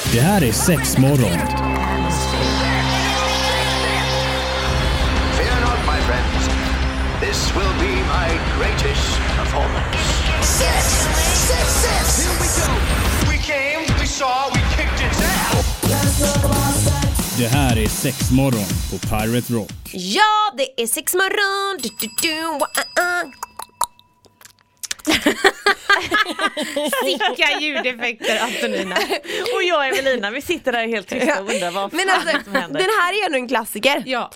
Det här är Sexmorgon. Fear not, my friends. This will be my greatest performance. Six! Here we go. We came, we saw, we kicked its ass. Det här är Sexmorgon på Pirate Rock. Ja, det är Sexmorgon. Sicka ljudeffekter, Antonina. Och jag, Evelina, vi sitter där helt tysta och undrar vad fan Men alltså, som händer. den här är ändå en klassiker. Ja.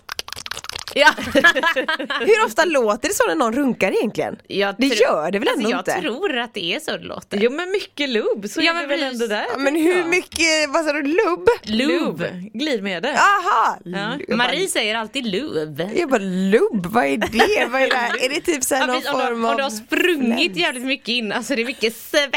Hur ofta låter det så när någon runkar egentligen? Det gör det väl ändå inte? Jag tror att det är så det låter. Jo, men mycket lubb, så Ja, är det men väl ändå där. Ja, men hur mycket, vad sa du, lubb? Lubb. Glidmedel. Aha! Ja. Marie säger alltid lubb. Jag bara, lubb, vad är det? Vad är det? Är det typ såhär någon form av... Om du har sprungit jävligt mycket in, alltså det är mycket svett.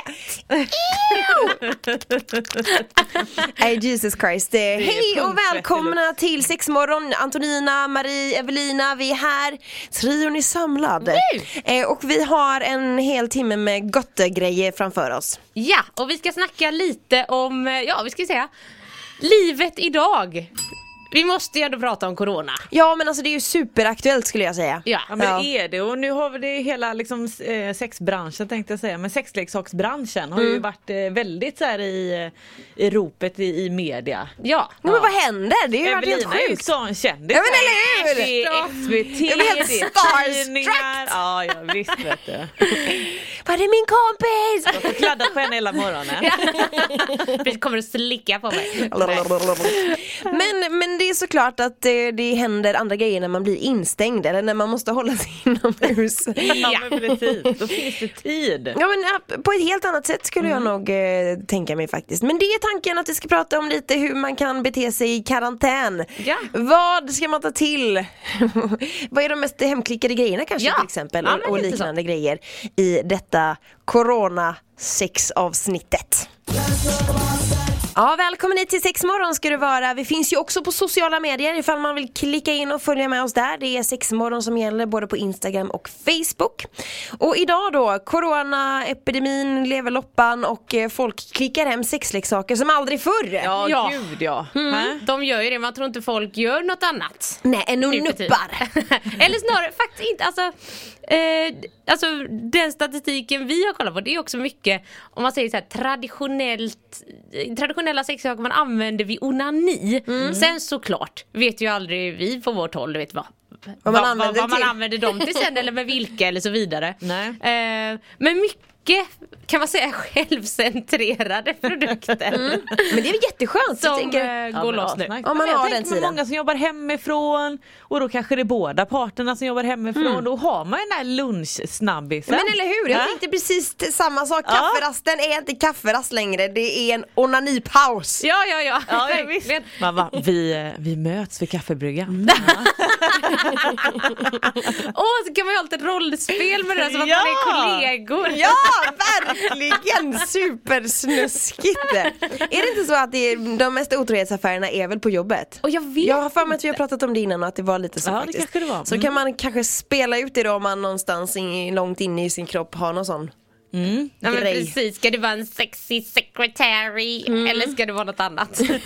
Hey, Jesus Christ. Hej och välkomna till Sexmorgon. Antonina, Marie, Evelina, vi är här. Trion är samlad. Och vi har en hel timme med gottgrejer framför oss. Ja, och vi ska snacka lite om, vi ska säga, livet idag. Vi måste ju ändå prata om corona. Ja, men alltså det är ju superaktuellt skulle jag säga. Ja, Ja, men det är det. Och nu har vi det hela liksom, sexbranschen tänkte jag säga. Men sexleksaksbranschen har ju varit väldigt så här i ropet i media. Ja. Men vad händer? Det är ju varit helt Evelina är ju sjukt. så en kändis. Ja, men eller hur? Det är SVT, Jag blir helt det är starstruck. tidningar. Ja, visst vet du. Var är min kompis? Jag har kladdat på henne hela morgonen. Vi kommer att slicka på mig. Men det är såklart att det händer andra grejer när man blir instängd eller när man måste hålla sig inomhus. Ja, men precis. Då finns det tid. Ja, men på ett helt annat sätt skulle jag nog tänka mig faktiskt. Men det är tanken att vi ska prata om lite hur man kan bete sig i karantän. Ja. Vad ska man ta till? Vad är de mest hemklickade grejerna kanske till exempel? Ja, men och lite liknande grejer i detta corona-sex-avsnittet. Ja, välkommen hit till Sexmorgon ska du vara. Vi finns ju också på sociala medier ifall man vill klicka in och följa med oss där. Det är Sexmorgon som gäller både på Instagram och Facebook. Och idag då, coronaepidemin lever loppan och folk klickar hem sexleksaker som aldrig förr. Ja, gud ja. De gör ju det, man tror inte folk gör något annat. Nej, än Nu för tiden. nuppar. Eller snarare, faktiskt inte, alltså den statistiken vi har kollat på, det är också mycket, om man säger så här, traditionella sexsaker man använder vid onani. Sen såklart vet ju aldrig vi på vårt håll, vet vad man använder dem till sen eller med vilka eller så vidare. Nej. Men mycket kan man säga självcentrerade produkter. Men det är väl jätteskönt. som jag tänker, går loss nu. Om man jag har tänker den tiden. många som jobbar hemifrån och då kanske det är båda parterna som jobbar hemifrån. Då har man ju den här lunchsnabbisen. Men eller hur? Jag tänkte precis samma sak. Kafferasten är inte kafferast längre. Det är en onanipaus. Ja. Ja, visst. Man bara, vi möts vid kaffebryggan. Så kan man ju ha ett rollspel med det som att man är kollegor. Ja, verkligen supersnuskigt. Är det inte så att de mest otrohetsaffärerna är väl på jobbet? Och jag vet Jag har för mig att vi har pratat om det innan och att det var lite så Ja, det faktiskt. kanske det var. Så kan man kanske spela ut det då om man någonstans långt inne i sin kropp har någon sån Ja, men grej. precis, ska det vara en sexy secretary eller ska det vara något annat? Men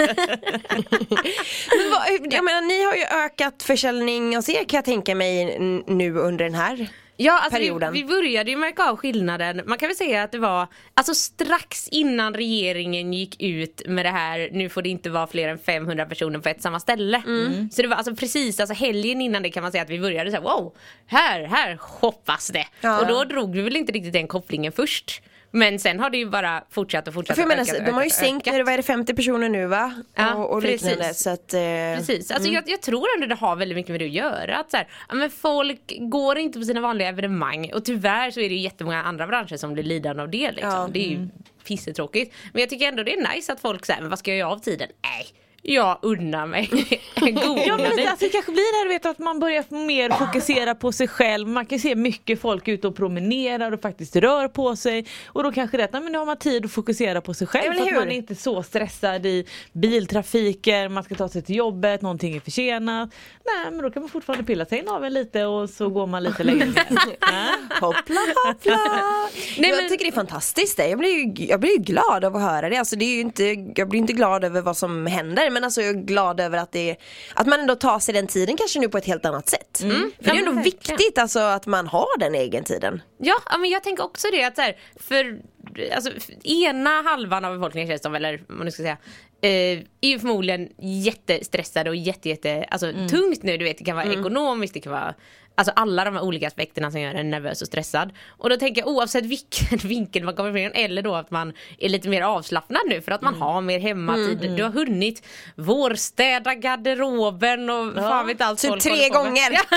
jag menar, ni har ju ökat försäljning och kan jag tänka mig nu under den här perioden. Vi började ju märka av skillnaden. Man kan väl säga att det var strax innan regeringen gick ut med det här, nu får det inte vara fler än 500 personer på ett samma ställe. Så det var precis helgen innan det kan man säga att vi började säga wow, här hoppas det. Ja. Och då drog vi väl inte riktigt den kopplingen först. Men sen har det ju bara fortsatt. För jag menar, de har ju sänkt när det var 50 personer nu va? Ja, och liknande, så att, precis, alltså jag tror ändå det har väldigt mycket med det att göra att så här, men folk går inte på sina vanliga evenemang och tyvärr så är det ju jättemånga andra branscher som blir lidande av det liksom. Det är ju pissetråkigt, men jag tycker ändå det är nice att folk säger, men vad ska jag göra av tiden? Nej, jag unnar mig en god Ja, men onani. alltså, det kanske blir det här, du vet, att man börjar mer fokusera på sig själv. Man kan se mycket folk ute och promenerar och faktiskt rör på sig. Och då kanske det, men nu har man tid att fokusera på sig själv. För att man är inte så stressad i biltrafiker, man ska ta sig till jobbet, någonting är försenat. Nej, men då kan man fortfarande pilla sig in av en lite och så går man lite längre ner. Hoppla. Nej, jag tycker det är fantastiskt. Jag blir ju glad av att höra det. Alltså, det är ju inte, jag blir inte glad över vad som händer, men alltså, jag är glad över att man ändå tar sig den tiden kanske nu på ett helt annat sätt. För det är ändå viktigt alltså, att man har den egen tiden. Ja, men jag tänker också det att så här, för ena halvan av befolkningen känns som, eller vad man ska säga, är ju förmodligen jättestressade och jätte alltså tungt nu, du vet, det kan vara ekonomiskt, det kan vara alltså alla de här olika aspekterna som gör en nervös och stressad. Och då tänker jag, oavsett vilken vinkel man kommer ifrån, eller då att man är lite mer avslappnad nu för att man har mer hemmatid. Du har hunnit vårstäda garderoben och fan vet allt. Typ 3 gånger. Ja.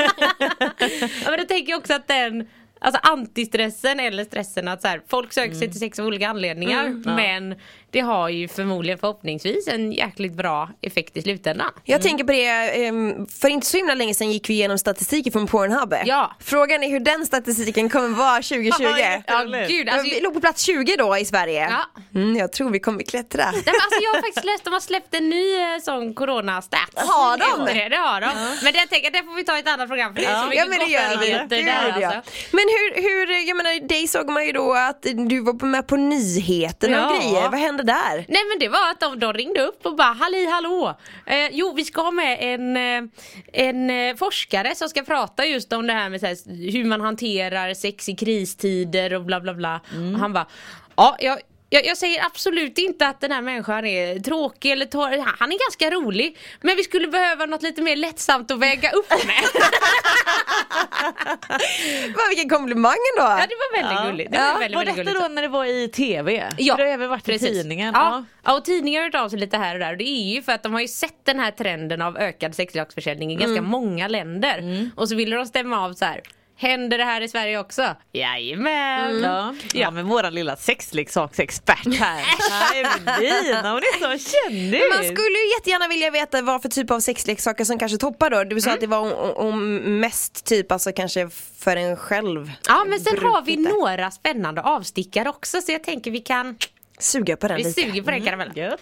Ja, men då tänker jag också att den, alltså antistressen eller stressen, att så här, folk söker sig till sex av olika anledningar, men det har ju förmodligen förhoppningsvis en jäkligt bra effekt i slutändan. Jag tänker på det, för inte så himla länge sedan gick vi igenom statistiken från Pornhub. Ja. Frågan är hur den statistiken kommer vara 2020. Ja, gud, alltså, vi låg på plats 20 då i Sverige. Ja. Jag tror vi kommer klättra. Nej, men alltså, jag har faktiskt läst, de har släppt en ny sån coronastats. Har de? Det har de. Men det tänker det får vi ta i ett annat program, för det är så mycket men det gör vi. där, alltså. Men hur, jag menar, dig såg man ju då att du var med på nyheterna och grejer. Vad hände där? Nej, men det var att de ringde upp och bara, hallå. Jo, vi ska ha med en forskare som ska prata just om det här med så här, hur man hanterar sex i kristider och bla bla bla. Och han bara, jag säger absolut inte att den här människan är tråkig eller han är ganska rolig, men vi skulle behöva något lite mer lättsamt att väga upp med. Vilken komplimang då. Ja, det var väldigt gulligt. Det var väldigt, var väldigt detta gulligt. då när det var i tv? Ja, det har även varit precis. I tidningen. Ja, och tidningar har hört av sig lite här och där. Och det är ju för att de har ju sett den här trenden av ökad sexleksaksförsäljning i ganska många länder. Och så ville de stämma av så här: händer det här i Sverige också? Jajamän. Ja, men våran lilla sexleksaksexpert här. Evelina, hon är så kändis. Man skulle ju jättegärna vilja veta vad för typ av sexleksaker som kanske toppar då. Du sa att det var om mest typ, alltså kanske för en själv. Ja, men sen har vi några spännande avstickare också, så jag tänker vi kan suga på den lite. suger på den karamellen.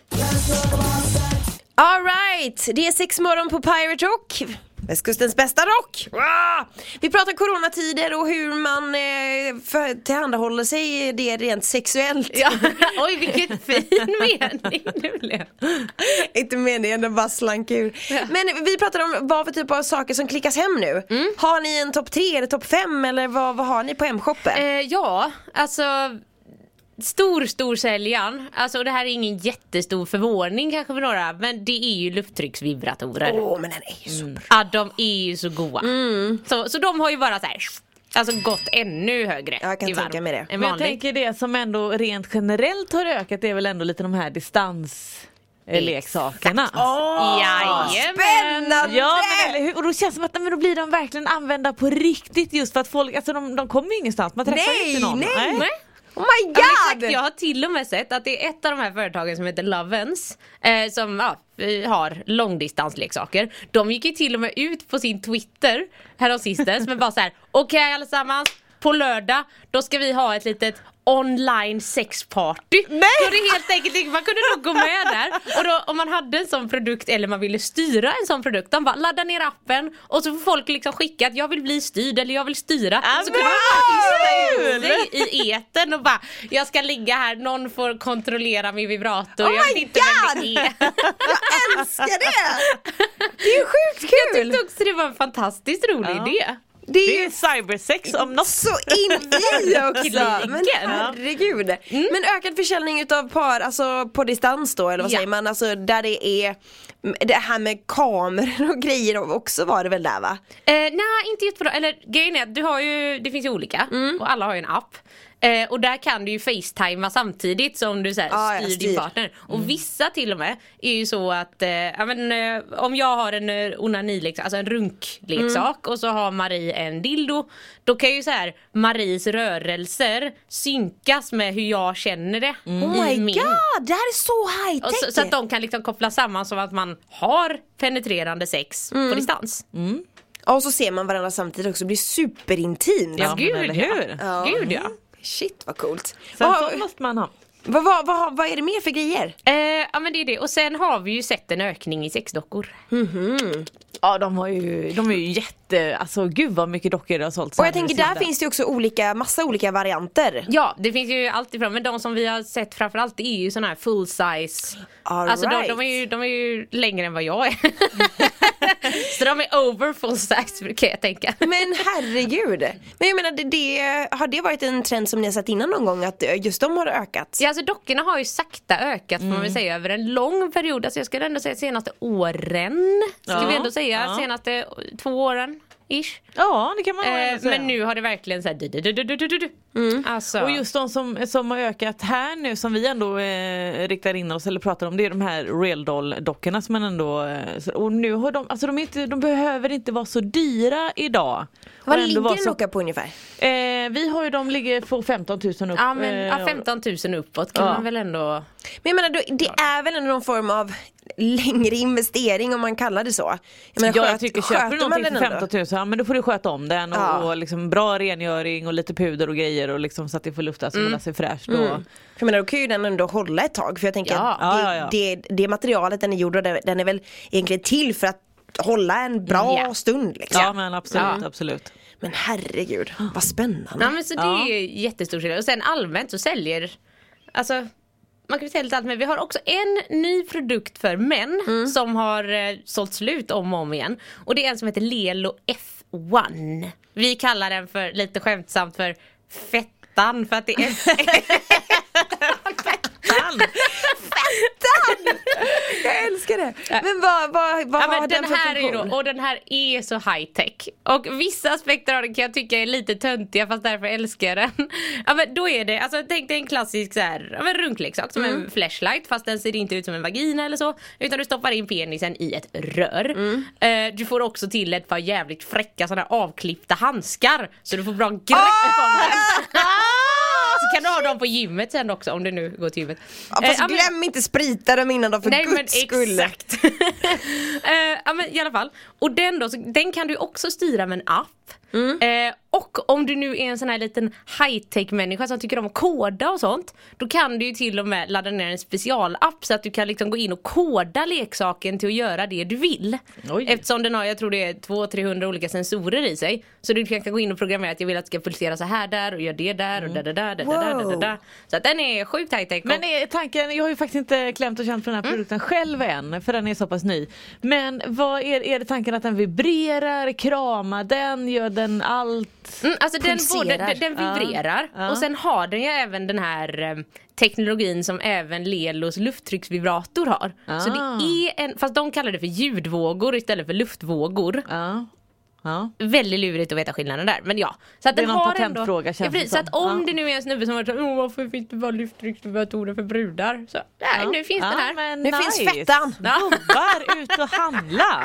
All right, det är 6 morgon på Pirate Rock. Västkustens bästa rock. Vi pratar coronatider och hur man tillhandahåller sig det rent sexuellt. Ja. Oj, vilken fin mening det blev. Inte meningen, den bara slank ur. Men vi pratar om vad för typ av saker som klickas hem nu. Har ni en topp 3 eller topp 5 eller vad har ni på hemshoppen? Ja, alltså stor säljaren. Alltså det här är ingen jättestor förvåning kanske för några, men det är ju lufttrycksvibratorer. Men den är ju så bra. Ja, de är ju så goda. Så de har ju bara så här, alltså gått ännu högre. Jag kan tänka mig det. Men jag tänker det som ändå rent generellt har ökat, det är väl ändå lite de här distansleksakerna. Spännande! Ja, men eller hur? Och då känns det som att då blir de verkligen använda på riktigt, just för att folk, alltså de kommer ju ingenstans, man träffar inte någon. Nej. Oh my god! Ja, exakt, jag har till och med sett att det är ett av de här företagen som heter Lovens som har långdistansleksaker. De gick ju till och med ut på sin Twitter häromsistens men bara så här: okej, allesammans, på lördag då ska vi ha ett litet online sexparty. Nej! Så det är helt enkelt, man kunde nog gå med där. Och då, om man hade en sån produkt eller man ville styra en sån produkt, de bara ladda ner appen och så får folk liksom skicka att jag vill bli styrd eller jag vill styra. Så kunde man faktiskt ställa sig i eten och bara, jag ska ligga här, någon får kontrollera min vibrator. Jag vet inte vem det är. Jag älskar det! Det är ju sjukt kul! Jag tyckte också det var en fantastiskt rolig idé. Det är Det ju är cybersex om något. så in i också. Men herregud. Men ökad försäljning utav par, alltså på distans då, eller vad säger man? Alltså där det är det här med kameror och grejer också, var det väl där, va? Nej, inte jättebra. Eller grejen är att du har ju, det finns ju olika och alla har ju en app. Och där kan du ju facetima samtidigt som du så här, styr din partner. Och vissa till och med är ju så att om jag har en onanileksak, alltså en runkleksak, och så har Marie en dildo, då kan ju så här Maries rörelser synkas med hur jag känner det. Oh my god, det här är så high tech. Så att de kan liksom koppla samman så att man har penetrerande sex på distans. Och så ser man varandra samtidigt också, det blir superintimt. Ja, gud, ja. Shit, vad coolt. Sen så måste man ha. Vad är det mer för grejer? Ja, men det är det. Och sen har vi ju sett en ökning i sexdockor. Ja, de är ju jätte... Alltså gud vad mycket dockor det har sålt. Och jag tänker, där finns det ju också massa olika varianter. Ja, det finns ju allt ifrån. Men de som vi har sett framförallt är ju såna här full size. Alltså de är ju längre än vad jag är. Så de är over full size, kan jag tänka. Men herregud. Men jag menar, har det varit en trend som ni har sett innan någon gång, att just de har ökat? Ja, alltså dockorna har ju sakta ökat, får man väl säga, över en lång period. Alltså jag skulle ändå säga senaste åren. Skulle vi ändå säga senaste 2 åren. Ish. Ja, det kan man säga. Men nu har det verkligen så här alltså. Och just de som har ökat här nu, som vi ändå riktar in oss eller pratar om, det är de här Real Doll-dockorna som man ändå, och nu har de behöver inte vara så dyra idag. Vad ligger en docka på ungefär? Vi har ju, de ligger på 15 000 upp. Ja, men 15 000 uppåt kan man väl ändå. Men jag menar, det är väl någon form av längre investering, om man kallar det så. Jag tycker, köper du någonting för 15 000, ja, men då får du sköta om den och liksom bra rengöring och lite puder och grejer, och liksom så att det får luftas och hålla sig fräscht. Jag menar, då kan ju den ändå hålla ett tag, för jag tänker att det materialet den är gjord, och den är väl egentligen till för att hålla en bra stund liksom. Ja, men absolut. Men herregud, vad spännande. Ja, men så det är jättestor skillnad. Och sen allmänt så säljer, alltså man kan säga lite allt, men vi har också en ny produkt för män som har sålt slut om och om igen. Och det är en som heter Lelo F1. Vi kallar den för, lite skämtsamt, för fettan, för att det är fettan! Jag älskar det. Men vad har den här för är då, och den här är så high tech. Och vissa aspekter av den kan jag tycka är lite töntiga, fast därför älskar jag den. Ja, men då är det, alltså tänk dig en klassisk så här, runkleksak som en flashlight, fast den ser inte ut som en vagina eller så, utan du stoppar in penisen i ett rör. Du får också till ett par jävligt fräcka sådana avklippta handskar, så du får bra grepp om den. Så kan du ha dem på gymmet sen också, om du nu går till gymmet. Fast glöm inte sprita dem innan de, för guds skull. Exakt. Men i alla fall. Och den kan du också styra med en app. Och om du nu är en sån här liten high-tech människa som tycker om att koda och sånt, då kan du ju till och med ladda ner en specialapp så att du kan liksom gå in och koda leksaken till att göra det du vill. Oj. Eftersom den har, jag tror det är 200-300 olika sensorer i sig, så du kan gå in och programmera att jag vill att det ska pulsera så här där, och gör det där och där. Så att den är sjukt high-tech. Men är tanken, jag har ju faktiskt inte klämt och känt på den här produkten själv än, för den är så pass ny. Men vad är det tanken, att den vibrerar, kramar den, gör den allt? Alltså den vibrerar. Och sen har den ju även den här teknologin som även Lelos lufttrycksvibrator har. Så det är fast de kallar det för ljudvågor istället för luftvågor. Väldigt lurigt att veta skillnaden där. Men ja, så att det är den någon har patentfråga, ändå, känns det så att om det nu är en snubbe som har varför finns det bara lufttrycksvibratorer för brudar, så nu finns den här. Nu finns fettan. Gubbar ut och handla.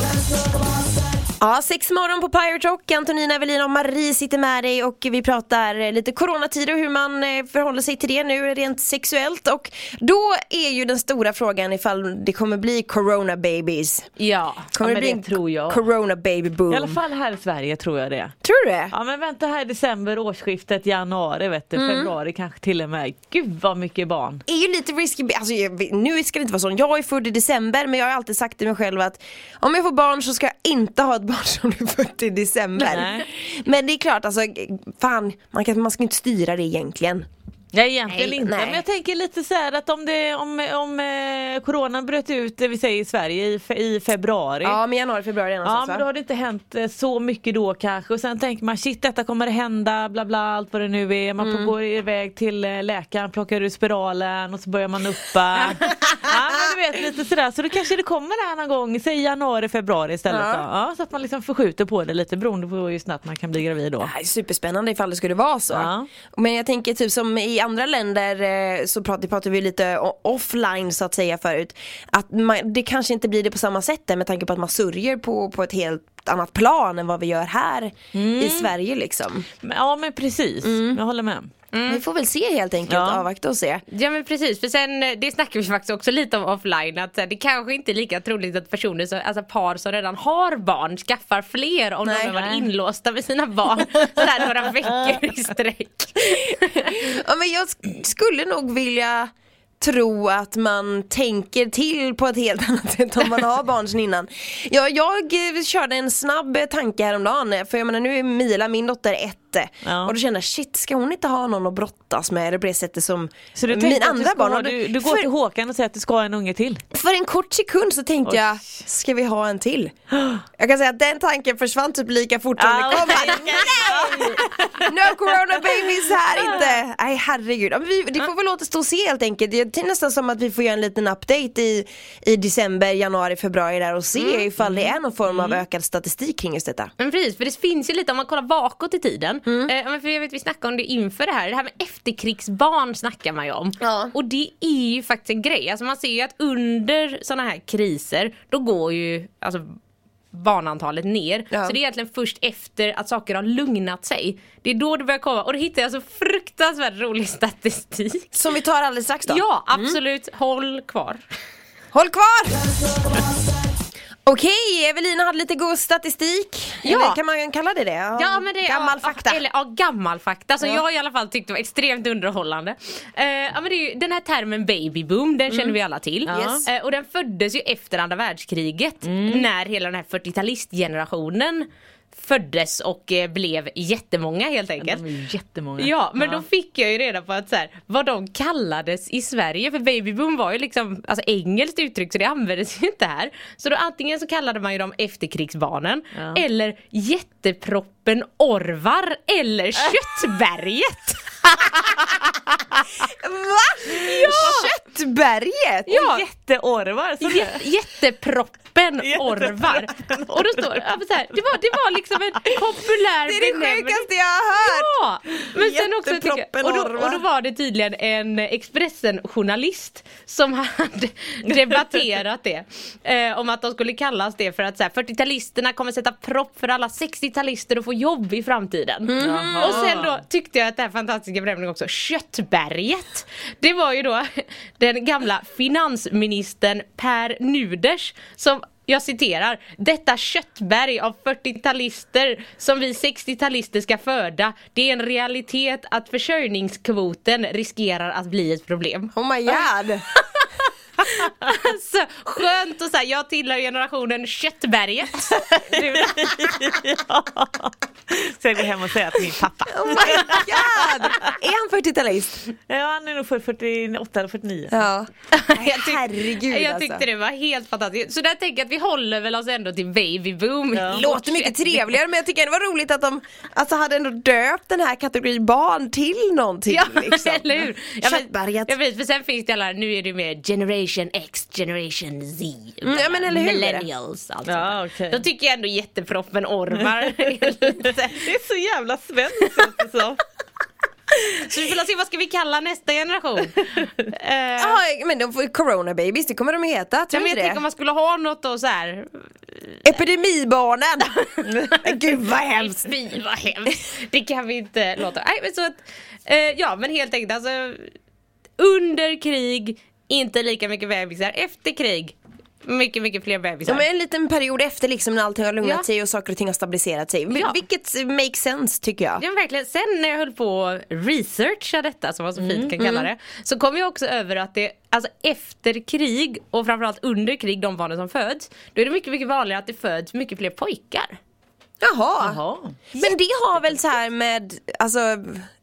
Ja, 6 morgon på Pirate Rock. Antonina, Evelina och Marie sitter med dig, och vi pratar lite coronatider och hur man förhåller sig till det nu rent sexuellt. Och då är ju den stora frågan ifall det kommer bli corona babies. Ja, kommer det bli en tror jag. Corona baby boom? I alla fall här i Sverige tror jag det. Tror du det? Ja, men vänta här i december, årsskiftet, januari, vet du, februari kanske till och med. Gud vad mycket barn. Det är ju lite risky, alltså nu ska det inte vara så. Jag är född i december, men jag har alltid sagt till mig själv att om jag får barn så ska jag inte ha ett barn som är född i december. Nej. Men det är klart, alltså fan, man ska inte styra det egentligen. Nej, egentligen inte. Nej. Men jag tänker lite så här att om coronan bröt ut, det vi säger i Sverige i februari. Ja, men januari, februari. Ja, men då har det inte hänt så mycket då kanske. Och sen tänker man, shit, detta kommer att hända, bla bla, allt vad det nu är. Man går iväg till läkaren, plockar ur spiralen och så börjar man uppa. Ja, du vet lite sådär. Så då kanske det kommer där någon gång, säg januari, februari istället då. Ja, så att man liksom förskjuter på det lite beroende på hur snabbt man kan bli gravid då. Det är superspännande ifall det skulle vara så. Ja. Men jag tänker typ som i andra länder så pratar vi lite offline så att säga förut. Att det kanske inte blir det på samma sätt där, med tanke på att man sörjer på ett helt annat plan än vad vi gör här i Sverige liksom. Ja men precis, jag håller med. Vi får väl se helt enkelt, avvakta och se. Ja men precis, för sen det snackar vi faktiskt också lite om offline, att det kanske inte är lika troligt att personer som, alltså par som redan har barn skaffar fler om de har varit inlåsta med sina barn sådär några veckor i sträck. Ja, men jag skulle nog vilja tro att man tänker till på ett helt annat sätt om man har barn sen innan. Jag körde en snabb tanke häromdagen, för jag menar nu är Mila, min dotter, 1. Och då kände jag, shit, ska hon inte ha någon att brottas med det på det sättet som så du min andra barn? Du går till Håkan och säger att du ska ha en unge till. För en kort sekund så tänkte jag, ska vi ha en till? Jag kan säga att den tanken försvann typ lika fort som det kom. Nej! No corona babies här inte. Nej, herregud. Det får väl återstå och se helt enkelt. Det är nästan som att vi får göra en liten update i december, januari, februari där och se ifall det är någon form av ökad statistik kring just detta. Men precis, för det finns ju lite om man kollar bakåt i tiden. Men för jag vet, vi snackade om det inför det här med efterkrigsbarn snackar man ju om. Och det är ju faktiskt en grej. Alltså man ser ju att under såna här kriser då går ju alltså barnantalet ner. Så det är egentligen först efter att saker har lugnat sig. Det är då det börjar komma. Och då hittar jag så fruktansvärt rolig statistik. Som vi tar alldeles strax då. Ja, absolut. Håll kvar. Håll kvar! Okej, Evelina hade lite god statistik. Eller kan man kalla det? Ja, men det är gammal fakta. Gammal fakta. Så jag har i alla fall tyckt det var extremt underhållande. Men det är ju, den här termen babyboom, den känner vi alla till. Och den föddes ju efter andra världskriget. När hela den här 40-talistgenerationen föddes och blev jättemånga helt enkelt. De är jättemånga. Ja, men då fick jag ju reda på att så här, vad de kallades i Sverige, för babyboom var ju liksom alltså engelskt uttryck, så det användes ju inte här. Så då antingen så kallade man ju dem efterkrigsbarnen eller jätteproppen Orvar eller Köttberget. Va? Ja! Köttberget? Ja. Jätteorvar. Jätteproppen Orvar. Och då står det så här, det var liksom en populär benämning. Det är det sjukaste jag har hört. Ja, men sen också Jätteproppen och då var det tydligen en Expressen-journalist som hade debatterat det. Om att de skulle kallas det för att så här, 40-talisterna kommer sätta propp för alla 60-talister och få jobb i framtiden. Och sen då tyckte jag att det här fantastiska benämningen också, Köttberget. Det var ju då den gamla finansministern Per Nuders som, jag citerar, detta köttberg av 40-talister som vi 60-talister ska föda, det är en realitet att försörjningskvoten riskerar att bli ett problem. Oh my god. Alltså, skönt att säga, jag tillhör generationen Köttberget. Så jag går hem och säger till min pappa. Oh my god. Är han 40-talist? Ja, han är nog 48 eller 49. Ja. Herregud, jag tyckte det var helt fantastiskt. Så där tänker jag att vi håller väl oss ändå till babyboom. Låter mycket trevligare, men jag tycker det var roligt att de alltså hade ändå döpt den här kategorin barn till någonting. Ja, liksom. eller hur? Köttberget. Jag vet, för sen finns det alla, nu är det mer Generation X, Generation Z, ja, men eller hur? Millennials alltså. Ja, okay. Då tycker jag ändå jätteproppen Orvar. Det är så jävla svenskt alltså. Så vi får se, vad ska vi kalla nästa generation? Men de får Corona babies, det kommer de heta. Jag tänker om man skulle ha något då så här. Epidemibarnen. Gud vad hemskt. Fy vad hemskt. Det kan vi inte låta. Nej, men så att, ja, men helt enkelt alltså, under krig inte lika mycket bebisar, efter krig mycket, mycket fler bebisar. Ja, men en liten period efter liksom när allting har lugnat sig och saker och ting har stabiliserat sig. Vilket makes sense tycker jag. Ja, verkligen. Sen när jag höll på att researcha detta, som man så fint kan kalla det, så kom jag också över att det, alltså efter krig och framförallt under krig, de barnen som föds, då är det mycket, mycket vanligare att det föds mycket fler pojkar. Jaha. Men det har väl så här med, alltså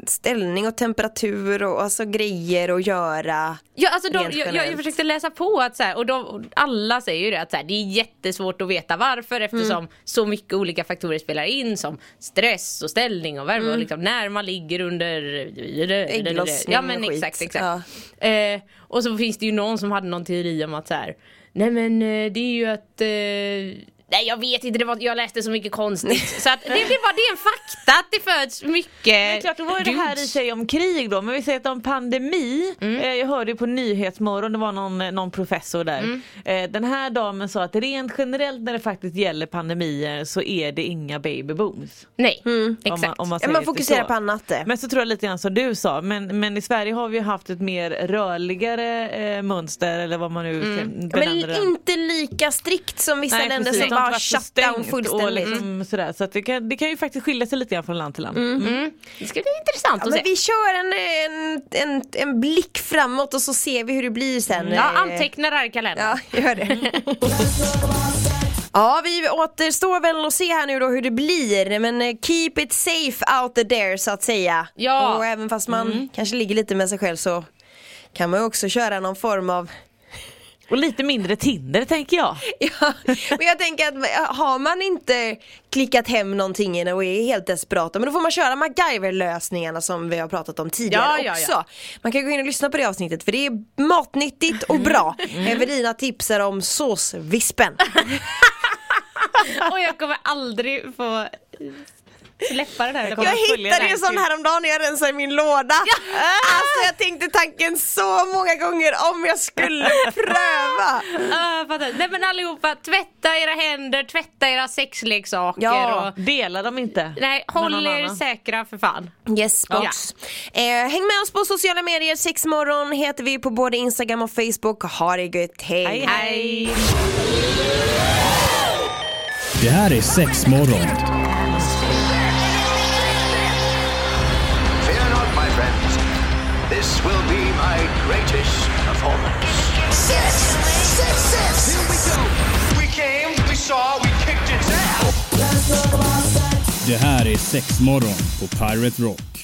ställning och temperatur och alltså grejer att göra. Ja, alltså jag försökte läsa på att så här, och alla säger ju det att så här, det är jättesvårt att veta varför eftersom så mycket olika faktorer spelar in som stress och ställning och värme och liksom när man ligger under ägglossning. Ja men exakt. Ja. Och så finns det ju någon som hade någon teori om att så här, nej men det är ju att nej jag vet inte, jag läste så mycket konstigt. Så att det är en fakta att det föds mycket. Men klart, då var det här i sig om krig då. Men vi säger att om pandemi, jag hörde ju på Nyhetsmorgon, det var någon professor där. Den här damen sa att rent generellt när det faktiskt gäller pandemier så är det inga babybooms. Nej, exakt. Om man fokuserar på annat. Men så tror jag lite grann som du sa. Men i Sverige har vi haft ett mer rörligare mönster eller vad man nu benämner det. Men inte lika strikt som vissa länder som bara shut down fullständigt. Liksom sådär. Så att det kan ju faktiskt skilja sig lite grann från land till land. Det ska bli intressant att se. Men vi kör en blick framåt och så ser vi hur det blir sen. Ja, anteckna här i kalendern. Ja, gör det. Ja, vi återstår väl att se här nu då hur det blir. Men keep it safe out there så att säga. Ja. Och även fast man kanske ligger lite med sig själv så kan man också köra någon form av... Och lite mindre Tinder tänker jag. Ja, och jag tänker att har man inte klickat hem någonting och är helt desperat, men då får man köra MacGyver-lösningarna som vi har pratat om tidigare också. Ja. Man kan gå in och lyssna på det avsnittet för det är matnyttigt och bra. Evelina tipsar om såsvispen. Och jag kommer aldrig få släppa det där. Jag hittade en sån häromdagen när jag rensade i min låda. Alltså jag tänkte tanken så många gånger om jag skulle pröva. Nej men allihopa, tvätta era händer, tvätta era sexleksaker. Ja, och dela dem inte. Nej, håll er säkra för fan. Yes, box. Häng med oss på sociala medier. Sexmorgon heter vi på både Instagram och Facebook. Ha det gött, hej. Hej. Det här är Sexmorgon. This will be my greatest performance. Six! Here we go. We came, we saw, we kicked its ass. Det här är Sexmorgon på Pirate Rock.